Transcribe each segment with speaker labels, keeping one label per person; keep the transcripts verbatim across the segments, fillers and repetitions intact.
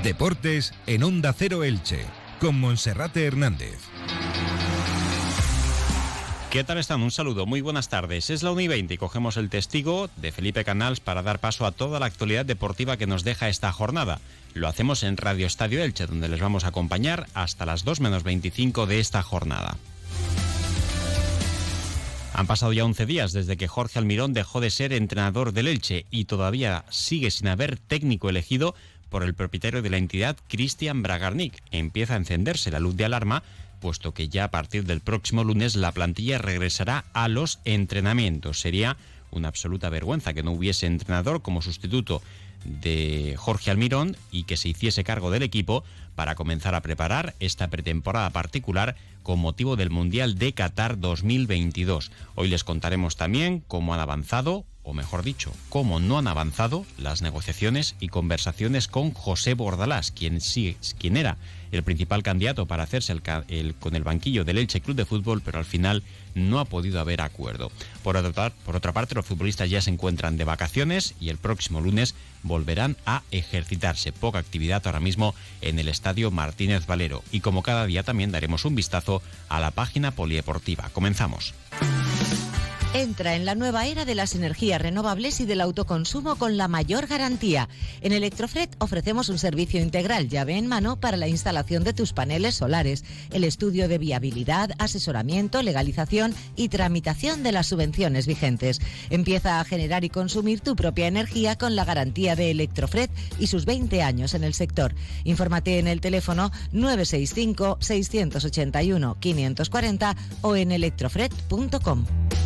Speaker 1: Deportes en Onda Cero Elche, con Monserrate Hernández.
Speaker 2: ¿Qué tal están? Un saludo, muy buenas tardes. Es la una y veinte y cogemos el testigo de Felipe Canals para dar paso a toda la actualidad deportiva que nos deja esta jornada. Lo hacemos en Radio Estadio Elche, donde les vamos a acompañar hasta las dos menos veinticinco de esta jornada. Han pasado ya once días desde que Jorge Almirón dejó de ser entrenador del Elche y todavía sigue sin haber técnico elegido por el propietario de la entidad, Cristian Bragarnik. Empieza a encenderse la luz de alarma, puesto que ya a partir del próximo lunes la plantilla regresará a los entrenamientos. Sería una absoluta vergüenza que no hubiese entrenador como sustituto de Jorge Almirón y que se hiciese cargo del equipo para comenzar a preparar esta pretemporada particular con motivo del Mundial de Qatar dos mil veintidós. Hoy les contaremos también cómo han avanzado, o mejor dicho, cómo no han avanzado las negociaciones y conversaciones con José Bordalás, quien, sí, quien era el principal candidato para hacerse el, el, con el banquillo del Elche Club de Fútbol, pero al final no ha podido haber acuerdo. Por otra, por otra parte, los futbolistas ya se encuentran de vacaciones y el próximo lunes volverán a ejercitarse. Poca actividad ahora mismo en el Estadio Martínez Valero. Y como cada día también daremos un vistazo a la página polideportiva. Comenzamos.
Speaker 3: Entra en la nueva era de las energías renovables y del autoconsumo con la mayor garantía. En Electrofred ofrecemos un servicio integral llave en mano para la instalación de tus paneles solares, el estudio de viabilidad, asesoramiento, legalización y tramitación de las subvenciones vigentes. Empieza a generar y consumir tu propia energía con la garantía de Electrofred y sus veinte años en el sector. Infórmate en el teléfono nueve seis cinco, seis ocho uno, cinco cuatro cero o en electrofred punto com.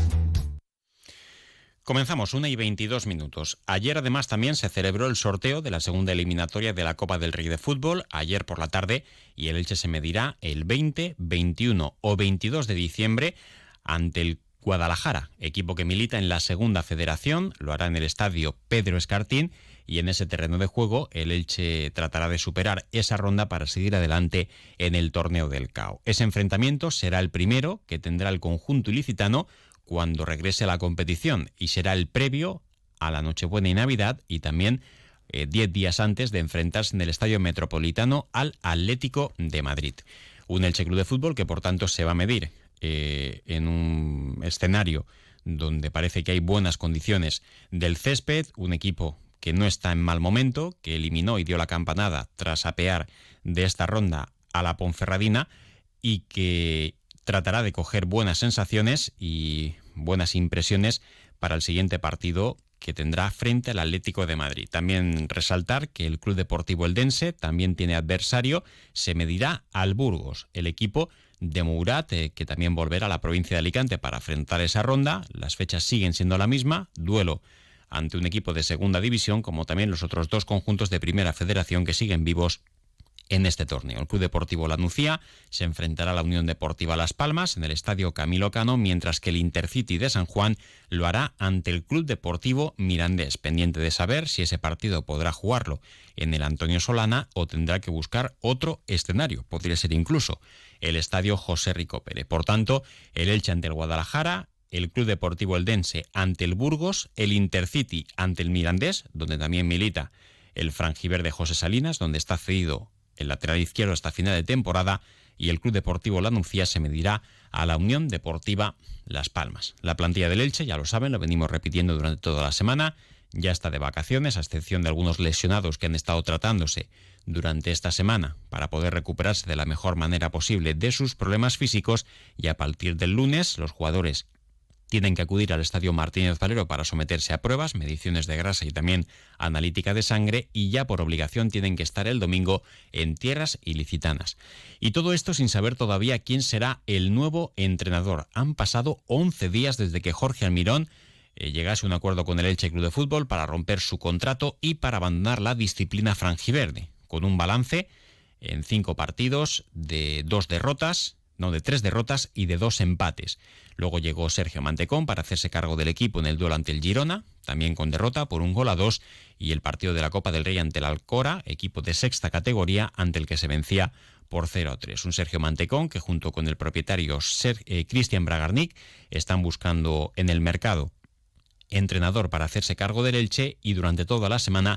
Speaker 2: Comenzamos una y veintidós minutos. Ayer además también se celebró el sorteo de la segunda eliminatoria de la Copa del Rey de Fútbol, ayer por la tarde, y el Elche se medirá el veinte, veintiuno o veintidós de diciembre ante el Guadalajara, equipo que milita en la segunda federación, lo hará en el estadio Pedro Escartín, y en ese terreno de juego el Elche tratará de superar esa ronda para seguir adelante en el torneo del C A O. Ese enfrentamiento será el primero que tendrá el conjunto ilicitano cuando regrese a la competición y será el previo a la Nochebuena y Navidad y también eh, diez días antes de enfrentarse en el Estadio Metropolitano al Atlético de Madrid. Un Elche Club de Fútbol que por tanto se va a medir eh, en un escenario donde parece que hay buenas condiciones del césped, un equipo que no está en mal momento, que eliminó y dio la campanada tras apear de esta ronda a la Ponferradina y que tratará de coger buenas sensaciones y buenas impresiones para el siguiente partido que tendrá frente al Atlético de Madrid. También resaltar que el Club Deportivo Eldense también tiene adversario, se medirá al Burgos, el equipo de Mourat, eh, que también volverá a la provincia de Alicante para afrontar esa ronda. Las fechas siguen siendo la misma, duelo ante un equipo de segunda división, como también los otros dos conjuntos de primera federación que siguen vivos en este torneo. El Club Deportivo La Nucía se enfrentará a la Unión Deportiva Las Palmas en el Estadio Camilo Cano, mientras que el Intercity de San Juan lo hará ante el Club Deportivo Mirandés, pendiente de saber si ese partido podrá jugarlo en el Antonio Solana o tendrá que buscar otro escenario. Podría ser incluso el Estadio José Rico Pérez. Por tanto, el Elche ante el Guadalajara, el Club Deportivo Eldense ante el Burgos, el Intercity ante el Mirandés, donde también milita el franjiverde José Salinas, donde está cedido el lateral izquierdo hasta final de temporada, y el Club Deportivo La Nucía se medirá a la Unión Deportiva Las Palmas. La plantilla del Elche, ya lo saben, lo venimos repitiendo durante toda la semana, ya está de vacaciones, a excepción de algunos lesionados que han estado tratándose durante esta semana para poder recuperarse de la mejor manera posible de sus problemas físicos, y a partir del lunes los jugadores tienen que acudir al Estadio Martínez Valero para someterse a pruebas, mediciones de grasa y también analítica de sangre, y ya por obligación tienen que estar el domingo en tierras ilicitanas. Y todo esto sin saber todavía quién será el nuevo entrenador. Han pasado once días desde que Jorge Almirón eh, llegase a un acuerdo con el Elche Club de Fútbol para romper su contrato y para abandonar la disciplina franjiverde, con un balance en cinco partidos de dos derrotas, no, de tres derrotas y de dos empates. Luego llegó Sergio Mantecón para hacerse cargo del equipo en el duelo ante el Girona, también con derrota por un gol a dos, y el partido de la Copa del Rey ante el Alcora, equipo de sexta categoría, ante el que se vencía por cero a tres. Un Sergio Mantecón que junto con el propietario Ser, eh, Cristian Bragarnik están buscando en el mercado entrenador para hacerse cargo del Elche, y durante toda la semana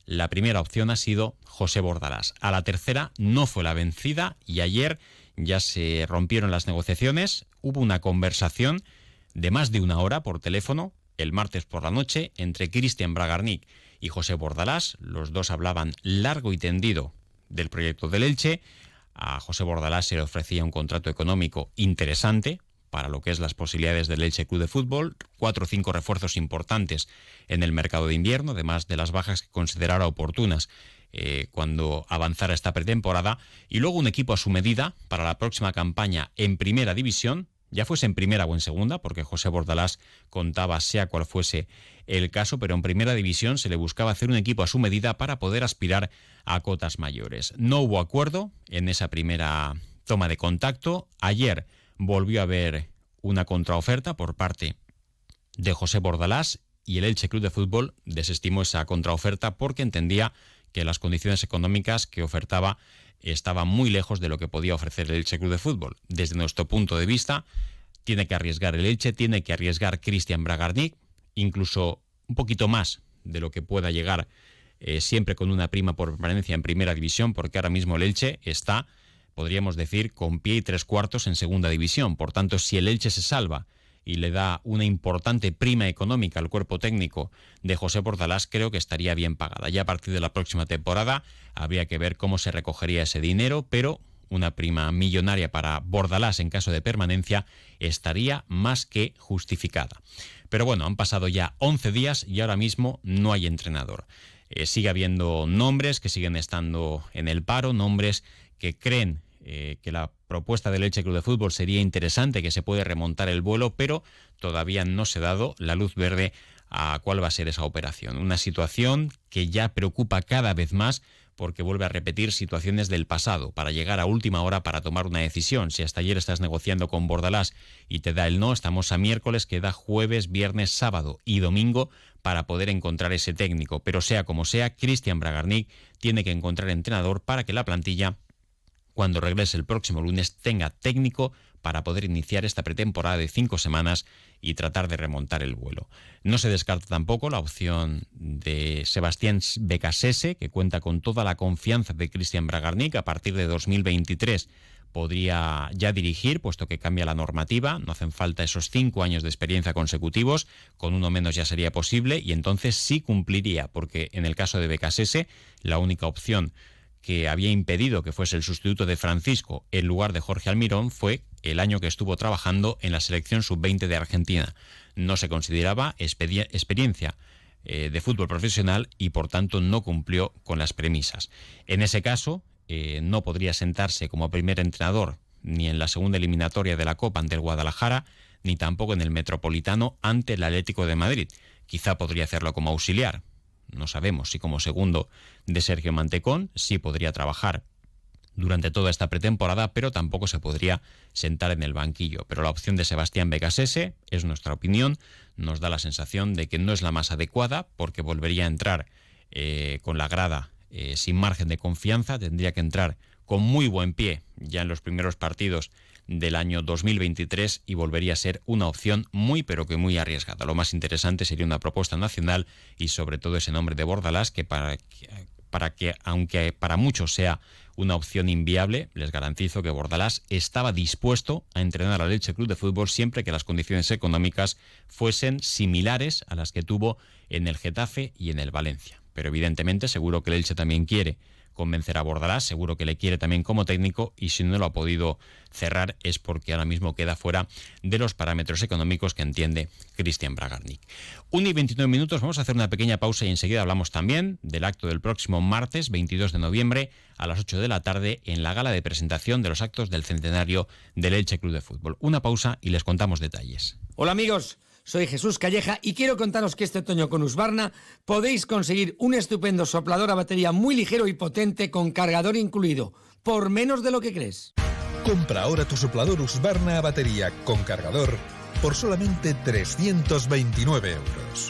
Speaker 2: La primera opción ha sido José Bordalás. A la tercera no fue la vencida y ayer ya se rompieron las negociaciones. Hubo una conversación de más de una hora por teléfono el martes por la noche entre Cristian Bragarnik y José Bordalás. Los dos hablaban largo y tendido del proyecto del Elche. A José Bordalás se le ofrecía un contrato económico interesante para lo que es las posibilidades del Elche Club de Fútbol, cuatro o cinco refuerzos importantes en el mercado de invierno, además de las bajas que considerara oportunas eh, cuando avanzara esta pretemporada, y luego un equipo a su medida para la próxima campaña en Primera División, ya fuese en Primera o en Segunda, porque José Bordalás contaba sea cual fuese el caso, pero en Primera División se le buscaba hacer un equipo a su medida para poder aspirar a cotas mayores. No hubo acuerdo en esa primera toma de contacto. Ayer volvió a haber una contraoferta por parte de José Bordalás y el Elche Club de Fútbol desestimó esa contraoferta porque entendía que las condiciones económicas que ofertaba estaban muy lejos de lo que podía ofrecer el Elche Club de Fútbol. Desde nuestro punto de vista, tiene que arriesgar el Elche, tiene que arriesgar Cristian Bragarnik, incluso un poquito más de lo que pueda llegar, eh, siempre con una prima por permanencia en Primera División, porque ahora mismo el Elche está, podríamos decir, con pie y tres cuartos en Segunda División. Por tanto, si el Elche se salva y le da una importante prima económica al cuerpo técnico de José Bordalás, creo que estaría bien pagada. Ya a partir de la próxima temporada habría que ver cómo se recogería ese dinero, pero una prima millonaria para Bordalás en caso de permanencia estaría más que justificada. Pero bueno, han pasado ya once días y ahora mismo no hay entrenador. Eh, sigue habiendo nombres que siguen estando en el paro, nombres que creen eh, que la propuesta del Elche Club de Fútbol sería interesante, que se puede remontar el vuelo, pero todavía no se ha dado la luz verde a cuál va a ser esa operación. Una situación que ya preocupa cada vez más porque vuelve a repetir situaciones del pasado, para llegar a última hora para tomar una decisión. Si hasta ayer estás negociando con Bordalás y te da el no, estamos a miércoles, queda jueves, viernes, sábado y domingo para poder encontrar ese técnico. Pero sea como sea, Cristian Bragarnik tiene que encontrar entrenador para que la plantilla, cuando regrese el próximo lunes, tenga técnico para poder iniciar esta pretemporada de cinco semanas y tratar de remontar el vuelo. No se descarta tampoco la opción de Sebastián Becasese, que cuenta con toda la confianza de Cristian Bragarnik. A partir de dos mil veintitrés podría ya dirigir, puesto que cambia la normativa, no hacen falta esos cinco años de experiencia consecutivos, con uno menos ya sería posible, y entonces sí cumpliría, porque en el caso de Becasese, la única opción que había impedido que fuese el sustituto de Francisco en lugar de Jorge Almirón fue el año que estuvo trabajando en la selección sub veinte de Argentina. No se consideraba experiencia eh, de fútbol profesional y por tanto no cumplió con las premisas. En ese caso eh, no podría sentarse como primer entrenador ni en la segunda eliminatoria de la Copa ante el Guadalajara, ni tampoco en el Metropolitano ante el Atlético de Madrid. Quizá podría hacerlo como auxiliar. No sabemos si como segundo de Sergio Mantecón, sí podría trabajar durante toda esta pretemporada, pero tampoco se podría sentar en el banquillo. Pero la opción de Sebastián Becasese, es nuestra opinión, nos da la sensación de que no es la más adecuada, porque volvería a entrar eh, con la grada eh, sin margen de confianza, tendría que entrar con muy buen pie ya en los primeros partidos del año dos mil veintitrés y volvería a ser una opción muy pero que muy arriesgada. Lo más interesante sería una propuesta nacional y sobre todo ese nombre de Bordalás, que para que, para que aunque para muchos sea una opción inviable, les garantizo que Bordalás estaba dispuesto a entrenar al Elche Club de Fútbol siempre que las condiciones económicas fuesen similares a las que tuvo en el Getafe y en el Valencia. Pero evidentemente seguro que el Elche también quiere convencer a Bordalás, seguro que le quiere también como técnico, y si no lo ha podido cerrar es porque ahora mismo queda fuera de los parámetros económicos que entiende Cristian Bragarnik. uno y veintinueve minutos, vamos a hacer una pequeña pausa y enseguida hablamos también del acto del próximo martes veintidós de noviembre a las ocho de la tarde en la gala de presentación de los actos del centenario del Elche Club de Fútbol. Una pausa y les contamos detalles.
Speaker 4: Hola amigos, soy Jesús Calleja y quiero contaros que este otoño con Husqvarna podéis conseguir un estupendo soplador a batería muy ligero y potente con cargador incluido, por menos de lo que crees.
Speaker 1: Compra ahora tu soplador Husqvarna a batería con cargador por solamente trescientos veintinueve euros.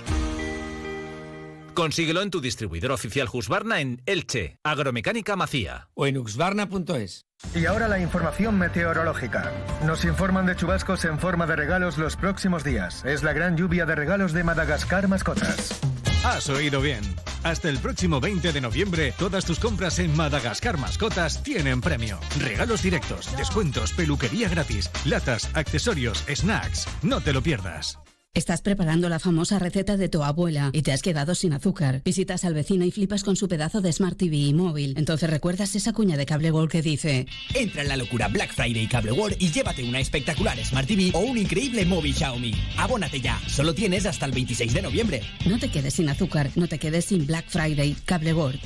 Speaker 5: Consíguelo en tu distribuidor oficial Husqvarna en Elche, Agromecánica Macía.
Speaker 4: O en husqvarna punto es.
Speaker 6: Y ahora la información meteorológica. Nos informan de chubascos en forma de regalos los próximos días. Es la gran lluvia de regalos de Madagascar Mascotas.
Speaker 7: Has oído bien. Hasta el próximo veinte de noviembre, todas tus compras en Madagascar Mascotas tienen premio. Regalos directos, descuentos, peluquería gratis, latas, accesorios, snacks. No te lo pierdas.
Speaker 8: Estás preparando la famosa receta de tu abuela y te has quedado sin azúcar. Visitas al vecino y flipas con su pedazo de Smart T V y móvil. Entonces recuerdas esa cuña de Cable World que dice:
Speaker 9: entra en la locura Black Friday Cable World y llévate una espectacular Smart T V o un increíble móvil Xiaomi. Abónate ya, solo tienes hasta el veintiséis de noviembre.
Speaker 8: No te quedes sin azúcar, no te quedes sin Black Friday Cable World.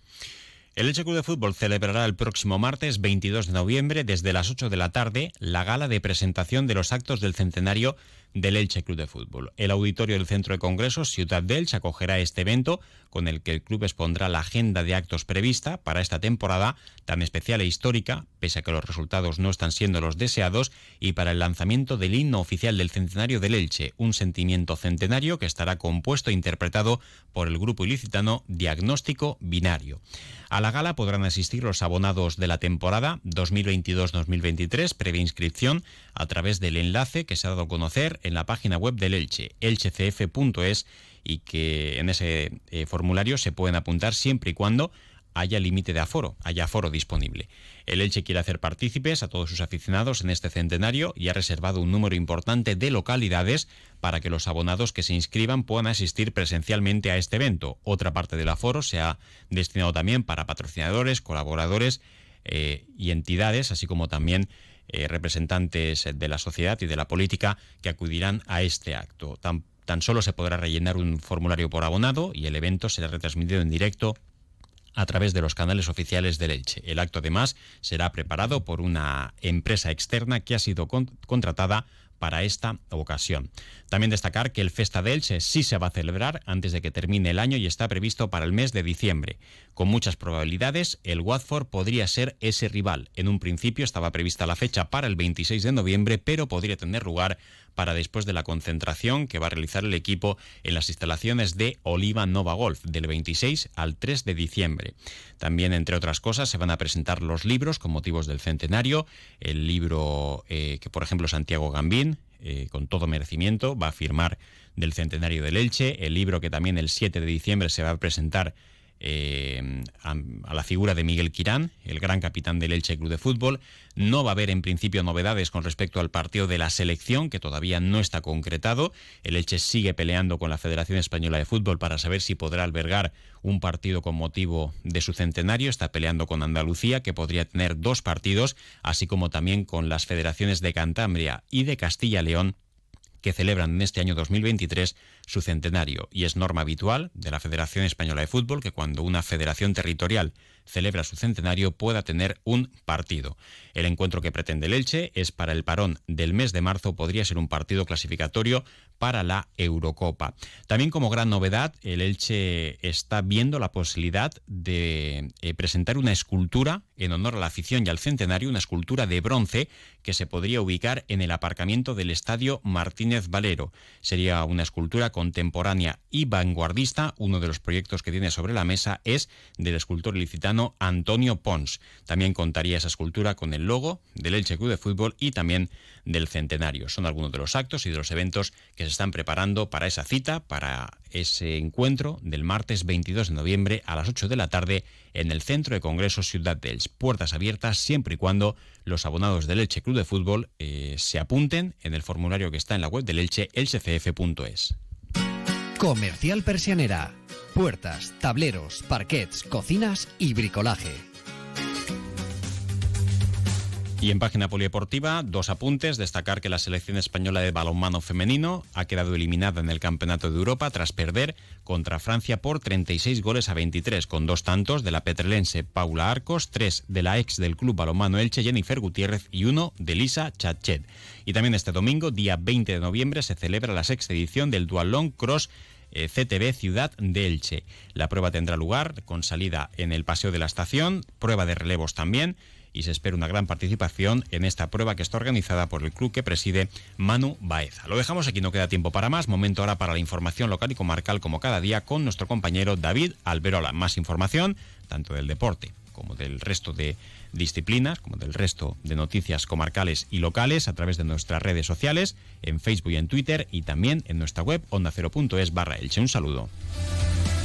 Speaker 2: El Elche Club de Fútbol celebrará el próximo martes veintidós de noviembre desde las ocho de la tarde la gala de presentación de los actos del centenario del Elche Club de Fútbol. El auditorio del Centro de Congresos Ciudad de Elche acogerá este evento con el que el club expondrá la agenda de actos prevista para esta temporada tan especial e histórica, pese a que los resultados no están siendo los deseados, y para el lanzamiento del himno oficial del centenario del Elche, un sentimiento centenario que estará compuesto e interpretado por el grupo ilicitano Diagnóstico Binario. A la gala podrán asistir los abonados de la temporada dos mil veintidós dos mil veintitrés, previa inscripción a través del enlace que se ha dado a conocer en la página web del Elche, elche c f punto es, y que en ese eh, formulario se pueden apuntar siempre y cuando haya límite de aforo, haya aforo disponible. El Elche quiere hacer partícipes a todos sus aficionados en este centenario y ha reservado un número importante de localidades para que los abonados que se inscriban puedan asistir presencialmente a este evento. Otra parte del aforo se ha destinado también para patrocinadores, colaboradores eh, y entidades, así como también eh, representantes de la sociedad y de la política que acudirán a este acto. Tan, tan solo se podrá rellenar un formulario por abonado y el evento será retransmitido en directo a través de los canales oficiales del Elche. El acto, además, será preparado por una empresa externa que ha sido con- contratada para esta ocasión. También destacar que el Festa de Elche sí se va a celebrar antes de que termine el año y está previsto para el mes de diciembre. Con muchas probabilidades, el Watford podría ser ese rival. En un principio estaba prevista la fecha para el veintiséis de noviembre, pero podría tener lugar para después de la concentración que va a realizar el equipo en las instalaciones de Oliva Nova Golf, del veintiséis al tres de diciembre. También, entre otras cosas, se van a presentar los libros con motivos del centenario. El libro eh, que, por ejemplo, Santiago Gambín, eh, con todo merecimiento, va a firmar del centenario del Elche. El libro que también el siete de diciembre se va a presentar Eh, a, a la figura de Miguel Quirán, el gran capitán del Elche Club de Fútbol. No va a haber en principio novedades con respecto al partido de la selección, que todavía no está concretado. El Elche sigue peleando con la Federación Española de Fútbol para saber si podrá albergar un partido con motivo de su centenario. Está peleando con Andalucía, que podría tener dos partidos, así como también con las federaciones de Cantabria y de Castilla y León, que celebran en este año dos mil veintitrés su centenario. Y es norma habitual de la Federación Española de Fútbol que cuando una federación territorial celebra su centenario pueda tener un partido. El encuentro que pretende el Elche es para el parón del mes de marzo, podría ser un partido clasificatorio para la Eurocopa. También, como gran novedad, el Elche está viendo la posibilidad de eh, presentar una escultura en honor a la afición y al centenario, una escultura de bronce que se podría ubicar en el aparcamiento del Estadio Martínez Valero. Sería una escultura contemporánea y vanguardista. Uno de los proyectos que tiene sobre la mesa es del escultor ilicitano Antonio Pons. También contaría esa escultura con el logo del Elche Club de Fútbol y también del centenario. Son algunos de los actos y de los eventos que se están preparando para esa cita, para ese encuentro del martes veintidós de noviembre a las ocho de la tarde en el Centro de Congresos Ciudad de Elche. Puertas abiertas siempre y cuando los abonados del Elche Club de Fútbol eh, se apunten en el formulario que está en la web del Elche, elche c f punto es.
Speaker 10: Comercial Persianera. Puertas, tableros, parquets, cocinas y bricolaje.
Speaker 2: Y en página polideportiva, dos apuntes. Destacar que la selección española de balonmano femenino ha quedado eliminada en el Campeonato de Europa tras perder contra Francia por treinta y seis goles a veintitrés, con dos tantos de la petrelense Paula Arcos, tres de la ex del Club Balonmano Elche Jennifer Gutiérrez y uno de Lisa Chachet. Y también este domingo, día veinte de noviembre, se celebra la sexta edición del Duathlon Cross eh, C T B Ciudad de Elche. La prueba tendrá lugar con salida en el Paseo de la Estación, prueba de relevos también, y se espera una gran participación en esta prueba que está organizada por el club que preside Manu Baeza. Lo dejamos aquí, no queda tiempo para más. Momento ahora para la información local y comarcal, como cada día, con nuestro compañero David Alberola. Más información, tanto del deporte como del resto de disciplinas, como del resto de noticias comarcales y locales, a través de nuestras redes sociales, en Facebook y en Twitter, y también en nuestra web onda cero punto es barra Elche. Un saludo.